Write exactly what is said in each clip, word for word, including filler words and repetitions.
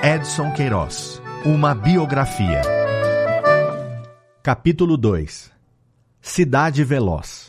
Edson Queiroz, uma biografia. Capítulo dois. Cidade Veloz.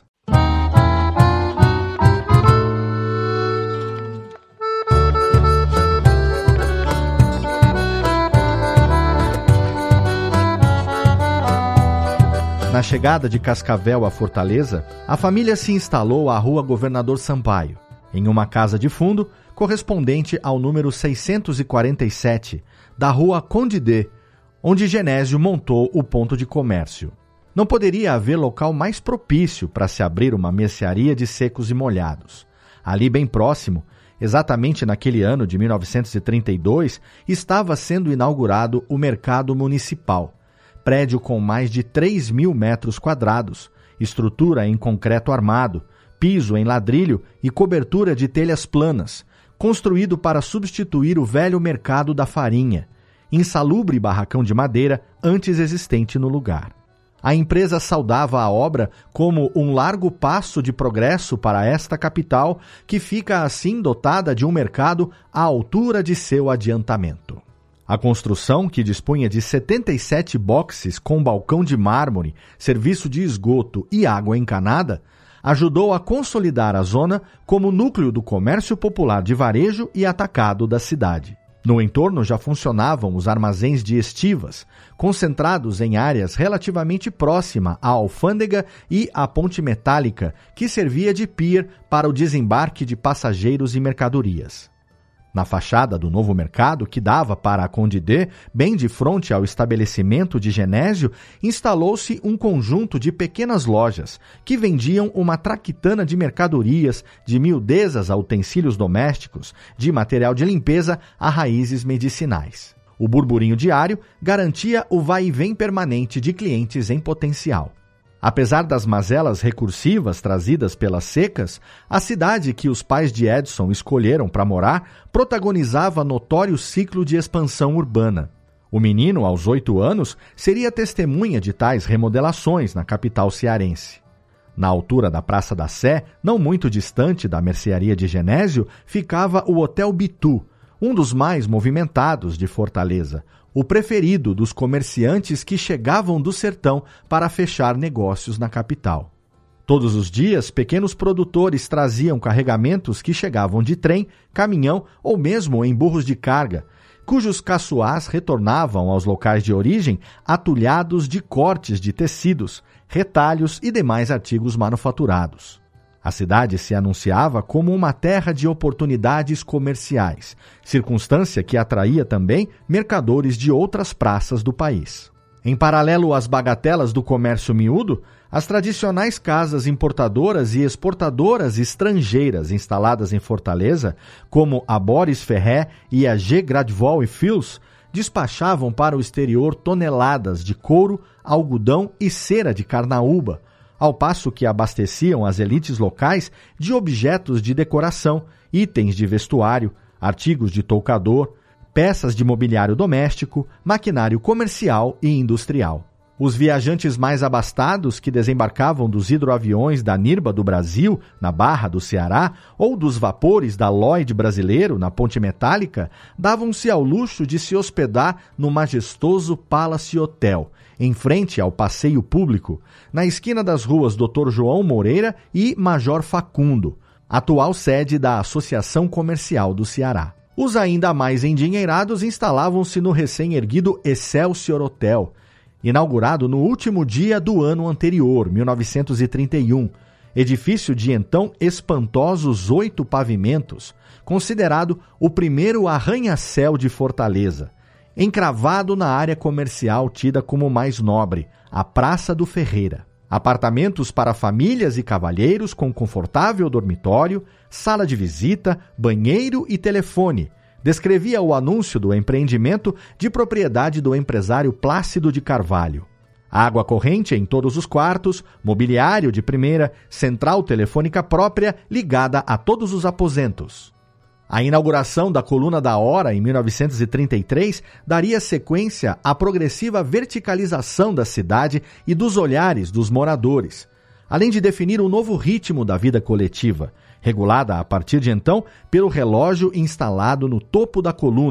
Na chegada de Cascavel à Fortaleza, a família se instalou à Rua Governador Sampaio, em uma casa de fundo correspondente ao número seiscentos e quarenta e sete da Rua Conde D, onde Genésio montou o ponto de comércio. Não poderia haver local mais propício para se abrir uma mercearia de secos e molhados. Ali bem próximo, exatamente naquele ano de mil novecentos e trinta e dois, estava sendo inaugurado o Mercado Municipal, prédio com mais de três mil metros quadrados, estrutura em concreto armado, piso em ladrilho e cobertura de telhas planas, construído para substituir o velho mercado da farinha, insalubre barracão de madeira antes existente no lugar. A empresa saudava a obra como um largo passo de progresso para esta capital, que fica assim dotada de um mercado à altura de seu adiantamento. A construção, que dispunha de setenta e sete boxes com balcão de mármore, serviço de esgoto e água encanada, ajudou a consolidar a zona como núcleo do comércio popular de varejo e atacado da cidade. No entorno já funcionavam os armazéns de estivas, concentrados em áreas relativamente próximas à alfândega e à ponte metálica, que servia de pier para o desembarque de passageiros e mercadorias. Na fachada do novo mercado, que dava para a Conde D, bem de frente ao estabelecimento de Genésio, instalou-se um conjunto de pequenas lojas que vendiam uma traquitana de mercadorias, de miudezas a utensílios domésticos, de material de limpeza a raízes medicinais. O burburinho diário garantia o vai e vem permanente de clientes em potencial. Apesar das mazelas recursivas trazidas pelas secas, a cidade que os pais de Edson escolheram para morar protagonizava notório ciclo de expansão urbana. O menino, aos oito anos, seria testemunha de tais remodelações na capital cearense. Na altura da Praça da Sé, não muito distante da mercearia de Genésio, ficava o Hotel Bitu, um dos mais movimentados de Fortaleza, o preferido dos comerciantes que chegavam do sertão para fechar negócios na capital. Todos os dias, pequenos produtores traziam carregamentos que chegavam de trem, caminhão ou mesmo em burros de carga, cujos caçoás retornavam aos locais de origem atulhados de cortes de tecidos, retalhos e demais artigos manufaturados. A cidade se anunciava como uma terra de oportunidades comerciais, circunstância que atraía também mercadores de outras praças do país. Em paralelo às bagatelas do comércio miúdo, as tradicionais casas importadoras e exportadoras estrangeiras instaladas em Fortaleza, como a Boris Ferré e a G. Gradvoll e Fils, despachavam para o exterior toneladas de couro, algodão e cera de carnaúba, ao passo que abasteciam as elites locais de objetos de decoração, itens de vestuário, artigos de toucador, peças de mobiliário doméstico, maquinário comercial e industrial. Os viajantes mais abastados que desembarcavam dos hidroaviões da Nirba do Brasil, na Barra do Ceará, ou dos vapores da Lloyd brasileiro, na Ponte Metálica, davam-se ao luxo de se hospedar no majestoso Palace Hotel, em frente ao Passeio Público, na esquina das ruas doutor João Moreira e Major Facundo, atual sede da Associação Comercial do Ceará. Os ainda mais endinheirados instalavam-se no recém-erguido Excelsior Hotel, inaugurado no último dia do ano anterior, mil novecentos e trinta e um, edifício de então espantosos oito pavimentos, considerado o primeiro arranha-céu de Fortaleza, encravado na área comercial tida como mais nobre, a Praça do Ferreira. Apartamentos para famílias e cavalheiros com confortável dormitório, sala de visita, banheiro e telefone. Descrevia o anúncio do empreendimento de propriedade do empresário Plácido de Carvalho. Água corrente em todos os quartos, mobiliário de primeira, central telefônica própria ligada a todos os aposentos. A inauguração da Coluna da Hora, em mil novecentos e trinta e três, daria sequência à progressiva verticalização da cidade e dos olhares dos moradores, além de definir um novo ritmo da vida coletiva, regulada a partir de então pelo relógio instalado no topo da coluna,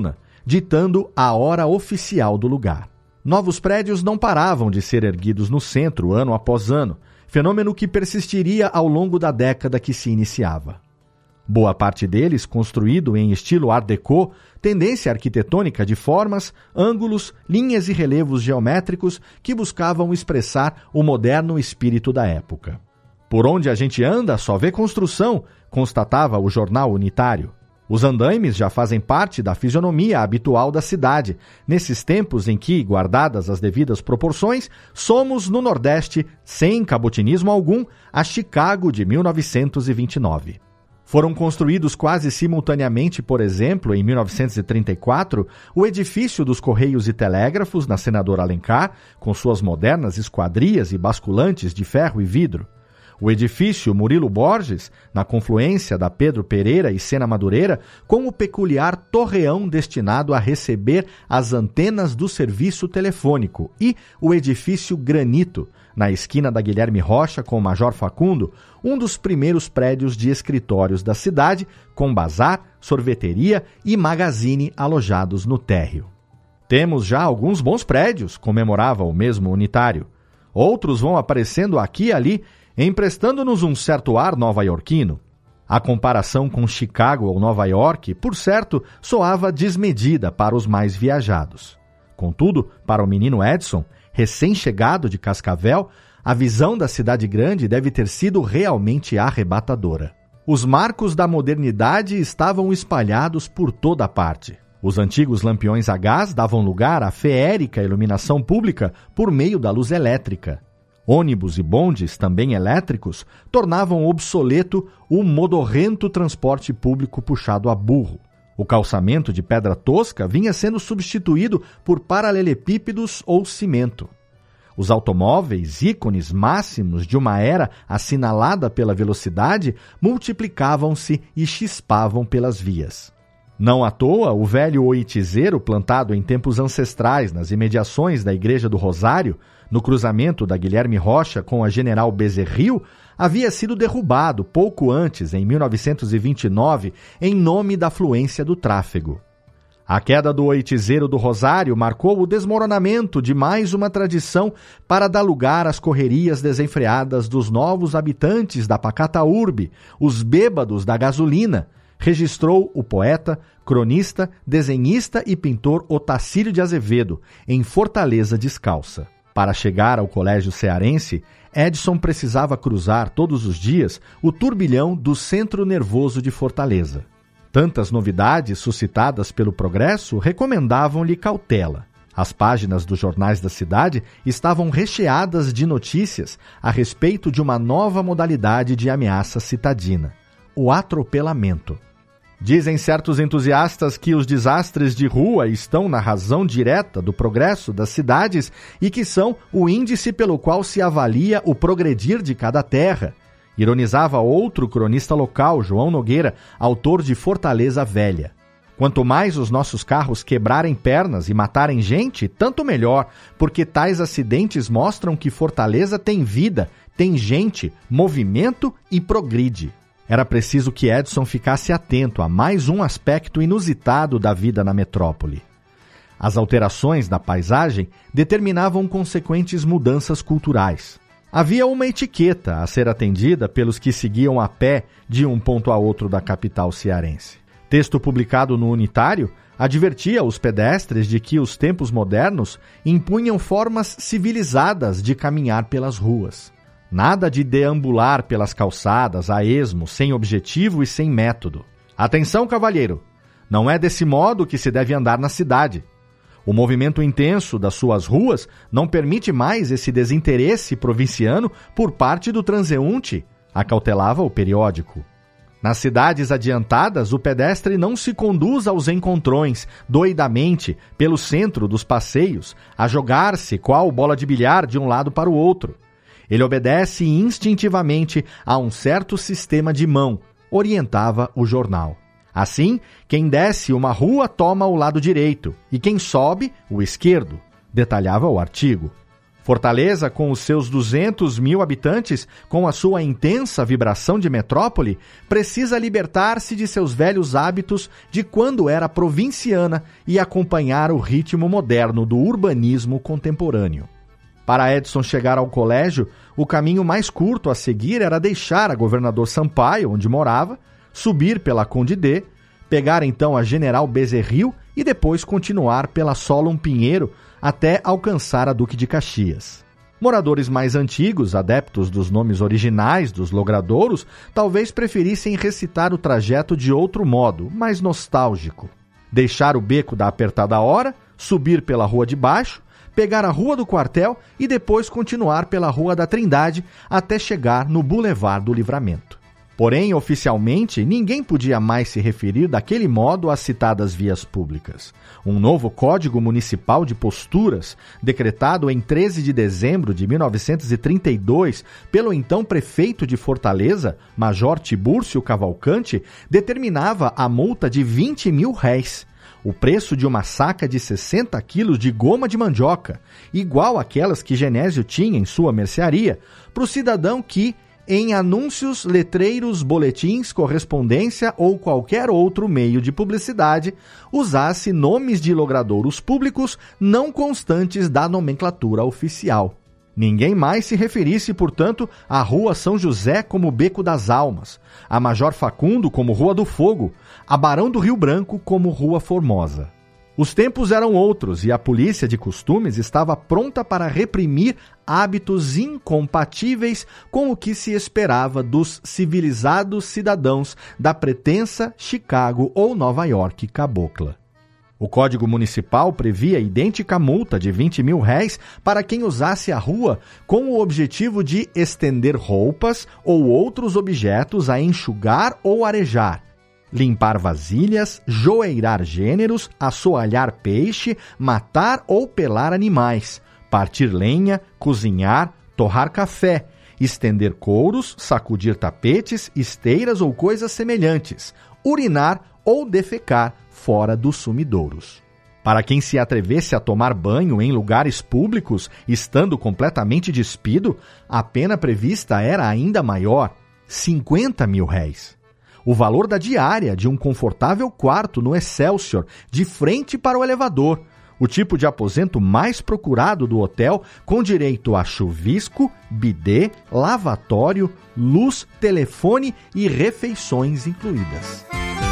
ditando a hora oficial do lugar. Novos prédios não paravam de ser erguidos no centro ano após ano, fenômeno que persistiria ao longo da década que se iniciava. Boa parte deles construído em estilo Art Deco, tendência arquitetônica de formas, ângulos, linhas e relevos geométricos que buscavam expressar o moderno espírito da época. Por onde a gente anda, só vê construção, constatava o jornal unitário. Os andaimes já fazem parte da fisionomia habitual da cidade, nesses tempos em que, guardadas as devidas proporções, somos, no Nordeste, sem cabotinismo algum, a Chicago de mil novecentos e vinte e nove. Foram construídos quase simultaneamente, por exemplo, em mil novecentos e trinta e quatro, o edifício dos Correios e Telégrafos, na Senador Alencar, com suas modernas esquadrias e basculantes de ferro e vidro. O edifício Murilo Borges, na confluência da Pedro Pereira e Sena Madureira, com o peculiar torreão destinado a receber as antenas do serviço telefônico, e o edifício Granito, na esquina da Guilherme Rocha com o Major Facundo, um dos primeiros prédios de escritórios da cidade, com bazar, sorveteria e magazine alojados no térreo. Temos já alguns bons prédios, comemorava o mesmo unitário. Outros vão aparecendo aqui e ali, emprestando-nos um certo ar nova-iorquino. A comparação com Chicago ou Nova York, por certo, soava desmedida para os mais viajados. Contudo, para o menino Edson, recém-chegado de Cascavel, a visão da cidade grande deve ter sido realmente arrebatadora. Os marcos da modernidade estavam espalhados por toda parte. Os antigos lampiões a gás davam lugar à feérica iluminação pública por meio da luz elétrica. Ônibus e bondes, também elétricos, tornavam obsoleto o modorrento transporte público puxado a burro. O calçamento de pedra tosca vinha sendo substituído por paralelepípedos ou cimento. Os automóveis, ícones máximos de uma era assinalada pela velocidade, multiplicavam-se e chispavam pelas vias. Não à toa, o velho oitizeiro plantado em tempos ancestrais nas imediações da Igreja do Rosário, no cruzamento da Guilherme Rocha com a General Bezerril, havia sido derrubado pouco antes, em mil novecentos e vinte e nove, em nome da fluência do tráfego. A queda do oitizeiro do Rosário marcou o desmoronamento de mais uma tradição para dar lugar às correrias desenfreadas dos novos habitantes da pacata urbe, os bêbados da gasolina, registrou o poeta, cronista, desenhista e pintor Otacílio de Azevedo, em Fortaleza Descalça. Para chegar ao colégio cearense, Edson precisava cruzar todos os dias o turbilhão do centro nervoso de Fortaleza. Tantas novidades suscitadas pelo progresso recomendavam-lhe cautela. As páginas dos jornais da cidade estavam recheadas de notícias a respeito de uma nova modalidade de ameaça citadina, o atropelamento. Dizem certos entusiastas que os desastres de rua estão na razão direta do progresso das cidades e que são o índice pelo qual se avalia o progredir de cada terra. Ironizava outro cronista local, João Nogueira, autor de Fortaleza Velha. Quanto mais os nossos carros quebrarem pernas e matarem gente, tanto melhor, porque tais acidentes mostram que Fortaleza tem vida, tem gente, movimento e progride. Era preciso que Edson ficasse atento a mais um aspecto inusitado da vida na metrópole. As alterações da paisagem determinavam consequentes mudanças culturais. Havia uma etiqueta a ser atendida pelos que seguiam a pé de um ponto a outro da capital cearense. Texto publicado no Unitário advertia os pedestres de que os tempos modernos impunham formas civilizadas de caminhar pelas ruas. Nada de deambular pelas calçadas a esmo, sem objetivo e sem método. Atenção, cavalheiro! Não é desse modo que se deve andar na cidade. O movimento intenso das suas ruas não permite mais esse desinteresse provinciano por parte do transeunte, acautelava o periódico. Nas cidades adiantadas, o pedestre não se conduz aos encontrões, doidamente, pelo centro dos passeios, a jogar-se qual bola de bilhar de um lado para o outro. Ele obedece instintivamente a um certo sistema de mão, orientava o jornal. Assim, quem desce uma rua toma o lado direito e quem sobe, o esquerdo, detalhava o artigo. Fortaleza, com os seus duzentos mil habitantes, com a sua intensa vibração de metrópole, precisa libertar-se de seus velhos hábitos de quando era provinciana e acompanhar o ritmo moderno do urbanismo contemporâneo. Para Edson chegar ao colégio, o caminho mais curto a seguir era deixar a Governador Sampaio, onde morava, subir pela Conde D, pegar então a General Bezerril e depois continuar pela Solon Pinheiro até alcançar a Duque de Caxias. Moradores mais antigos, adeptos dos nomes originais dos logradouros, talvez preferissem recitar o trajeto de outro modo, mais nostálgico. Deixar o beco da Apertada Hora, subir pela Rua de Baixo, pegar a Rua do Quartel e depois continuar pela Rua da Trindade até chegar no Boulevard do Livramento. Porém, oficialmente, ninguém podia mais se referir daquele modo às citadas vias públicas. Um novo Código Municipal de Posturas, decretado em treze de dezembro de mil novecentos e trinta e dois pelo então prefeito de Fortaleza, Major Tibúrcio Cavalcante, determinava a multa de vinte mil réis, o preço de uma saca de sessenta quilos de goma de mandioca, igual àquelas que Genésio tinha em sua mercearia, para o cidadão que, em anúncios, letreiros, boletins, correspondência ou qualquer outro meio de publicidade, usasse nomes de logradouros públicos não constantes da nomenclatura oficial. Ninguém mais se referisse, portanto, à Rua São José como Beco das Almas, a Major Facundo como Rua do Fogo, a Barão do Rio Branco como Rua Formosa. Os tempos eram outros e a polícia de costumes estava pronta para reprimir hábitos incompatíveis com o que se esperava dos civilizados cidadãos da pretensa Chicago ou Nova York cabocla. O Código Municipal previa idêntica multa de vinte mil réis para quem usasse a rua com o objetivo de estender roupas ou outros objetos a enxugar ou arejar, limpar vasilhas, joeirar gêneros, assoalhar peixe, matar ou pelar animais, partir lenha, cozinhar, torrar café, estender couros, sacudir tapetes, esteiras ou coisas semelhantes, urinar ou defecar fora dos sumidouros. Para quem se atrevesse a tomar banho em lugares públicos, estando completamente despido, a pena prevista era ainda maior, cinquenta mil réis. O valor da diária de um confortável quarto no Excelsior, de frente para o elevador, o tipo de aposento mais procurado do hotel, com direito a chuvisco, bidê, lavatório, luz, telefone e refeições incluídas.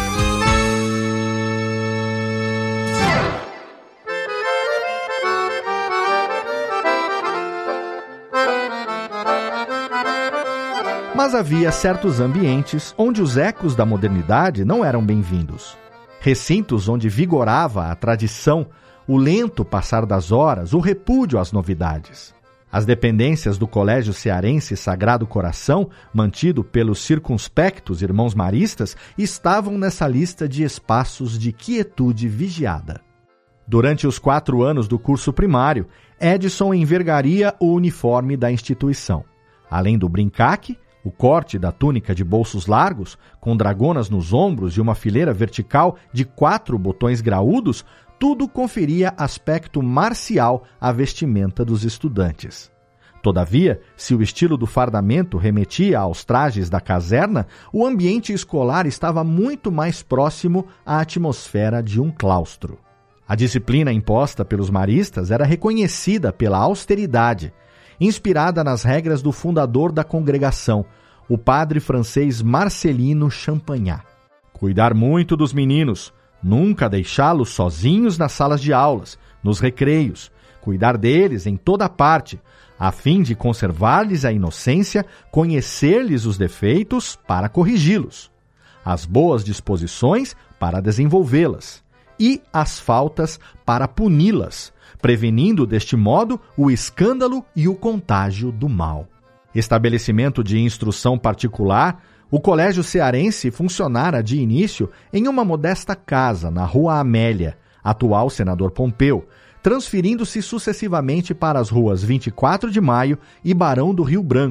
Mas havia certos ambientes onde os ecos da modernidade não eram bem-vindos. Recintos onde vigorava a tradição, o lento passar das horas, o repúdio às novidades. As dependências do Colégio Cearense Sagrado Coração, mantido pelos circunspectos irmãos maristas, estavam nessa lista de espaços de quietude vigiada. Durante os quatro anos do curso primário, Edson envergaria o uniforme da instituição. Além do brincaque, o corte da túnica de bolsos largos, com dragonas nos ombros e uma fileira vertical de quatro botões graúdos, tudo conferia aspecto marcial à vestimenta dos estudantes. Todavia, se o estilo do fardamento remetia aos trajes da caserna, o ambiente escolar estava muito mais próximo à atmosfera de um claustro. A disciplina imposta pelos maristas era reconhecida pela austeridade, inspirada nas regras do fundador da congregação, o padre francês Marcelino Champagnat. Cuidar muito dos meninos, nunca deixá-los sozinhos nas salas de aulas, nos recreios, cuidar deles em toda parte, a fim de conservar-lhes a inocência, conhecer-lhes os defeitos para corrigi-los, as boas disposições para desenvolvê-las e as faltas para puni-las, prevenindo deste modo o escândalo e o contágio do mal. Estabelecimento de instrução particular, o Colégio Cearense funcionara de início em uma modesta casa na Rua Amélia, atual Senador Pompeu, transferindo-se sucessivamente para as ruas vinte e quatro de maio e Barão do Rio Branco,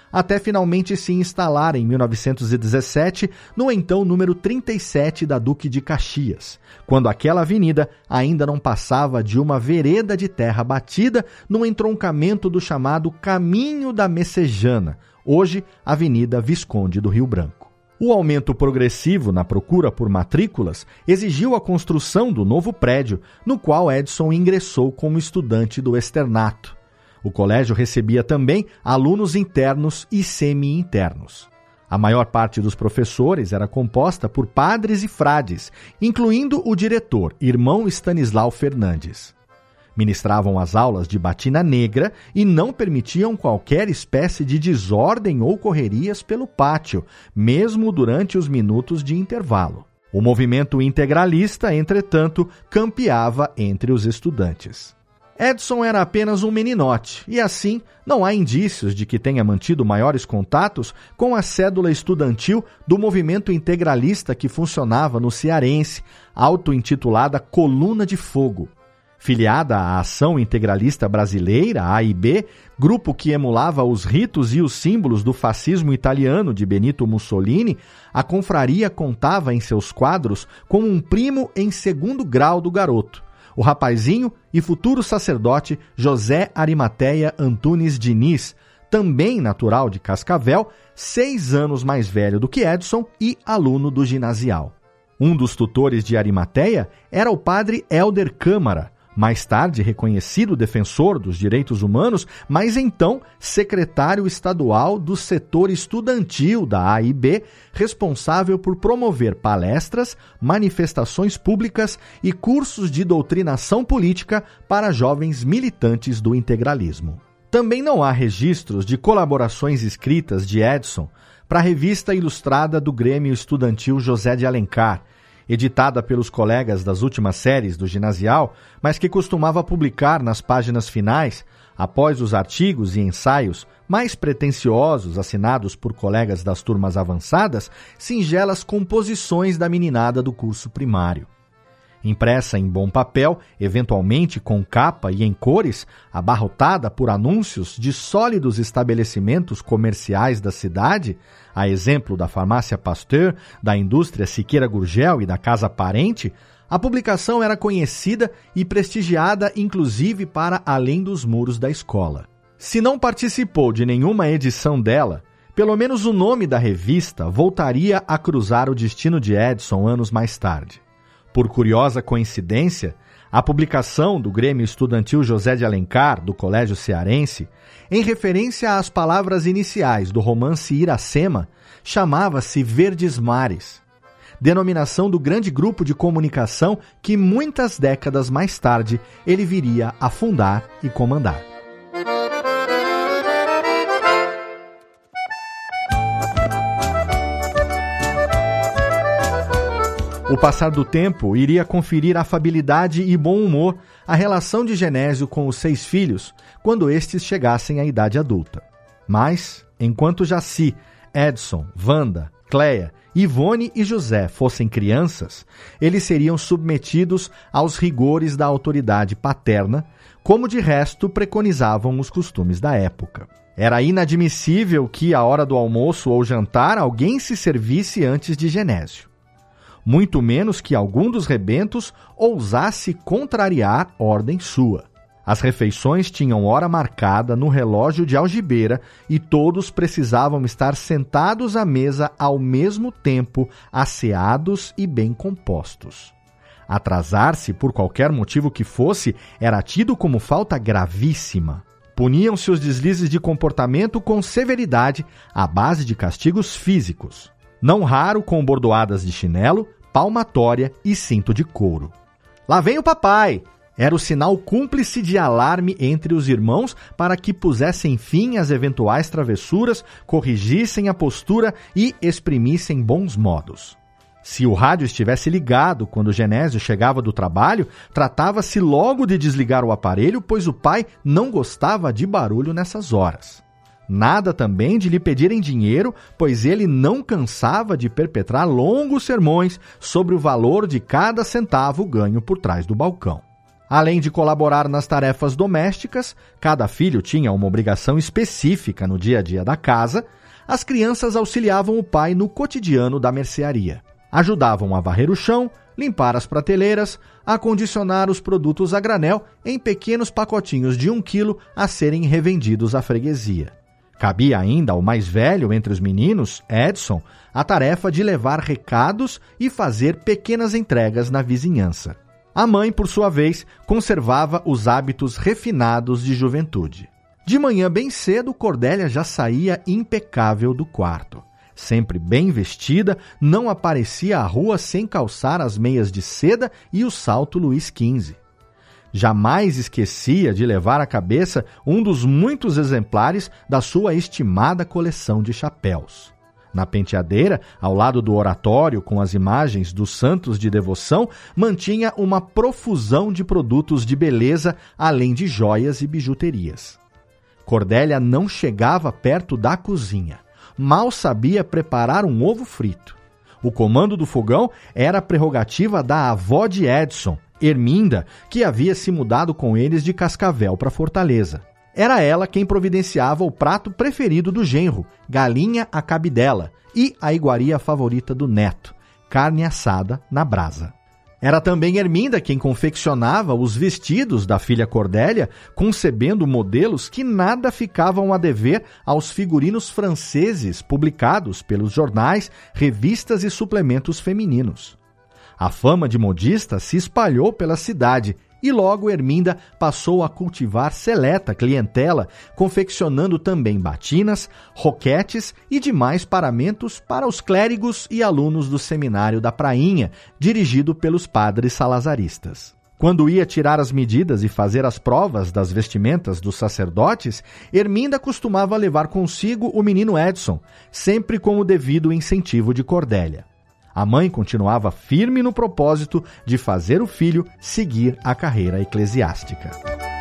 até finalmente se instalar em mil novecentos e dezessete no então número trinta e sete da Duque de Caxias, quando aquela avenida ainda não passava de uma vereda de terra batida no entroncamento do chamado Caminho da Messejana, hoje Avenida Visconde do Rio Branco. O aumento progressivo na procura por matrículas exigiu a construção do novo prédio, no qual Edson ingressou como estudante do externato. O colégio recebia também alunos internos e semi-internos. A maior parte dos professores era composta por padres e frades, incluindo o diretor, irmão Stanislau Fernandes. Ministravam as aulas de batina negra e não permitiam qualquer espécie de desordem ou correrias pelo pátio, mesmo durante os minutos de intervalo. O movimento integralista, entretanto, campeava entre os estudantes. Edson era apenas um meninote e, assim, não há indícios de que tenha mantido maiores contatos com a cédula estudantil do movimento integralista que funcionava no Cearense, auto-intitulada Coluna de Fogo. Filiada à Ação Integralista Brasileira, A I B, grupo que emulava os ritos e os símbolos do fascismo italiano de Benito Mussolini, a confraria contava em seus quadros com um primo em segundo grau do garoto, o rapazinho e futuro sacerdote José Arimateia Antunes Diniz, também natural de Cascavel, seis anos mais velho do que Edson e aluno do ginasial. Um dos tutores de Arimateia era o padre Hélder Câmara, mais tarde reconhecido defensor dos direitos humanos, mas então secretário estadual do setor estudantil da A I B, responsável por promover palestras, manifestações públicas e cursos de doutrinação política para jovens militantes do integralismo. Também não há registros de colaborações escritas de Edson para a revista ilustrada do Grêmio Estudantil José de Alencar, editada pelos colegas das últimas séries do ginasial, mas que costumava publicar nas páginas finais, após os artigos e ensaios mais pretensiosos assinados por colegas das turmas avançadas, singelas composições da meninada do curso primário. Impressa em bom papel, eventualmente com capa e em cores, abarrotada por anúncios de sólidos estabelecimentos comerciais da cidade, a exemplo da Farmácia Pasteur, da Indústria Siqueira Gurgel e da Casa Parente, a publicação era conhecida e prestigiada inclusive para além dos muros da escola. Se não participou de nenhuma edição dela, pelo menos o nome da revista voltaria a cruzar o destino de Edson anos mais tarde. Por curiosa coincidência, a publicação do Grêmio Estudantil José de Alencar, do Colégio Cearense, em referência às palavras iniciais do romance Iracema, chamava-se Verdes Mares, denominação do grande grupo de comunicação que muitas décadas mais tarde ele viria a fundar e comandar. O passar do tempo iria conferir afabilidade e bom humor à relação de Genésio com os seis filhos, quando estes chegassem à idade adulta. Mas, enquanto Jaci, Edson, Wanda, Cleia, Ivone e José fossem crianças, eles seriam submetidos aos rigores da autoridade paterna, como de resto preconizavam os costumes da época. Era inadmissível que, à hora do almoço ou jantar, alguém se servisse antes de Genésio. Muito menos que algum dos rebentos ousasse contrariar ordem sua. As refeições tinham hora marcada no relógio de algibeira e todos precisavam estar sentados à mesa ao mesmo tempo, asseados e bem compostos. Atrasar-se, por qualquer motivo que fosse, era tido como falta gravíssima. Puniam-se os deslizes de comportamento com severidade, à base de castigos físicos, não raro com bordoadas de chinelo, palmatória e cinto de couro. Lá vem o papai! Era o sinal cúmplice de alarme entre os irmãos para que pusessem fim às eventuais travessuras, corrigissem a postura e exprimissem bons modos. Se o rádio estivesse ligado quando Genésio chegava do trabalho, tratava-se logo de desligar o aparelho, pois o pai não gostava de barulho nessas horas. Nada também de lhe pedirem dinheiro, pois ele não cansava de perpetrar longos sermões sobre o valor de cada centavo ganho por trás do balcão. Além de colaborar nas tarefas domésticas, cada filho tinha uma obrigação específica no dia a dia da casa. As crianças auxiliavam o pai no cotidiano da mercearia. Ajudavam a varrer o chão, limpar as prateleiras, acondicionar os produtos a granel em pequenos pacotinhos de um quilo a serem revendidos à freguesia. Cabia ainda ao mais velho entre os meninos, Edson, a tarefa de levar recados e fazer pequenas entregas na vizinhança. A mãe, por sua vez, conservava os hábitos refinados de juventude. De manhã bem cedo, Cordélia já saía impecável do quarto. Sempre bem vestida, não aparecia à rua sem calçar as meias de seda e o salto Luís quinze. Jamais esquecia de levar à cabeça um dos muitos exemplares da sua estimada coleção de chapéus. Na penteadeira, ao lado do oratório com as imagens dos santos de devoção, mantinha uma profusão de produtos de beleza, além de joias e bijuterias. Cordélia não chegava perto da cozinha. Mal sabia preparar um ovo frito. O comando do fogão era prerrogativa da avó de Edson, Erminda, que havia se mudado com eles de Cascavel para Fortaleza. Era ela quem providenciava o prato preferido do genro, galinha à cabidela, e a iguaria favorita do neto, carne assada na brasa. Era também Erminda quem confeccionava os vestidos da filha Cordélia, concebendo modelos que nada ficavam a dever aos figurinos franceses publicados pelos jornais, revistas e suplementos femininos. A fama de modista se espalhou pela cidade e logo Erminda passou a cultivar seleta clientela, confeccionando também batinas, roquetes e demais paramentos para os clérigos e alunos do seminário da Prainha, dirigido pelos padres salazaristas. Quando ia tirar as medidas e fazer as provas das vestimentas dos sacerdotes, Erminda costumava levar consigo o menino Edson, sempre com o devido incentivo de Cordélia. A mãe continuava firme no propósito de fazer o filho seguir a carreira eclesiástica.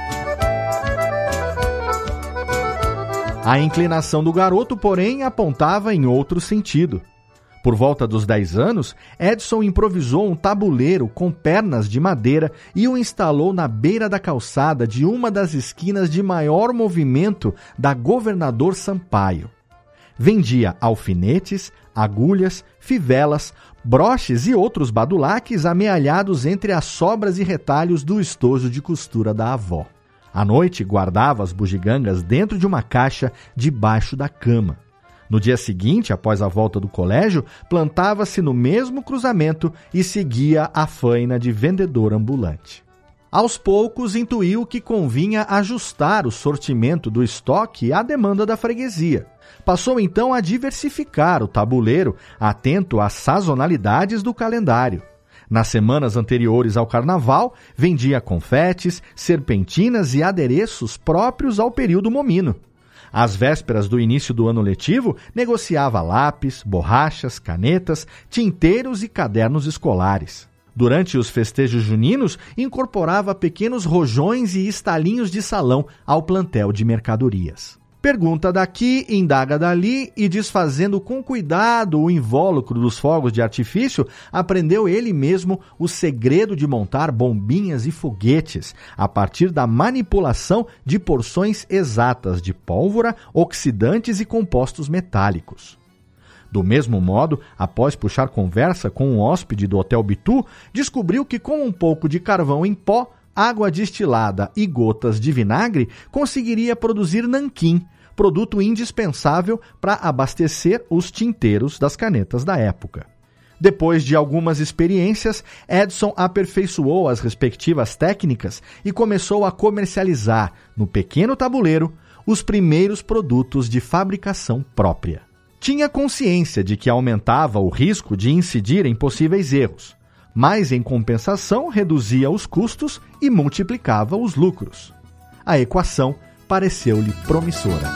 A inclinação do garoto, porém, apontava em outro sentido. Por volta dos dez anos, Edson improvisou um tabuleiro com pernas de madeira e o instalou na beira da calçada de uma das esquinas de maior movimento da Governador Sampaio. Vendia alfinetes, agulhas, fivelas, broches e outros badulaques amealhados entre as sobras e retalhos do estojo de costura da avó. À noite, guardava as bugigangas dentro de uma caixa debaixo da cama. No dia seguinte, após a volta do colégio, plantava-se no mesmo cruzamento e seguia a faina de vendedor ambulante. Aos poucos, intuiu que convinha ajustar o sortimento do estoque à demanda da freguesia. Passou então a diversificar o tabuleiro, atento às sazonalidades do calendário. Nas semanas anteriores ao carnaval, vendia confetes, serpentinas e adereços próprios ao período momino. Às vésperas do início do ano letivo, negociava lápis, borrachas, canetas, tinteiros e cadernos escolares. Durante os festejos juninos, incorporava pequenos rojões e estalinhos de salão ao plantel de mercadorias. Pergunta daqui, indaga dali e, desfazendo com cuidado o invólucro dos fogos de artifício, aprendeu ele mesmo o segredo de montar bombinhas e foguetes a partir da manipulação de porções exatas de pólvora, oxidantes e compostos metálicos. Do mesmo modo, após puxar conversa com um hóspede do Hotel Bitu, descobriu que com um pouco de carvão em pó, água destilada e gotas de vinagre, conseguiria produzir nanquim, produto indispensável para abastecer os tinteiros das canetas da época. Depois de algumas experiências, Edson aperfeiçoou as respectivas técnicas e começou a comercializar, no pequeno tabuleiro, os primeiros produtos de fabricação própria. Tinha consciência de que aumentava o risco de incidir em possíveis erros, mas, em compensação, reduzia os custos e multiplicava os lucros. A equação pareceu-lhe promissora.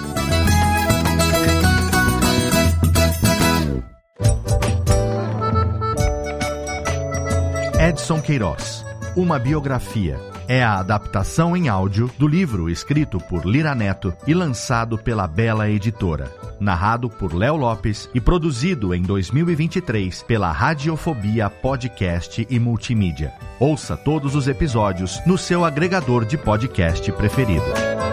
Edson Queiroz, uma biografia, é a adaptação em áudio do livro escrito por Lira Neto e lançado pela Bela Editora. Narrado por Léo Lopes e produzido em dois mil e vinte e três pela Radiofobia Podcast e Multimídia. Ouça todos os episódios no seu agregador de podcast preferido.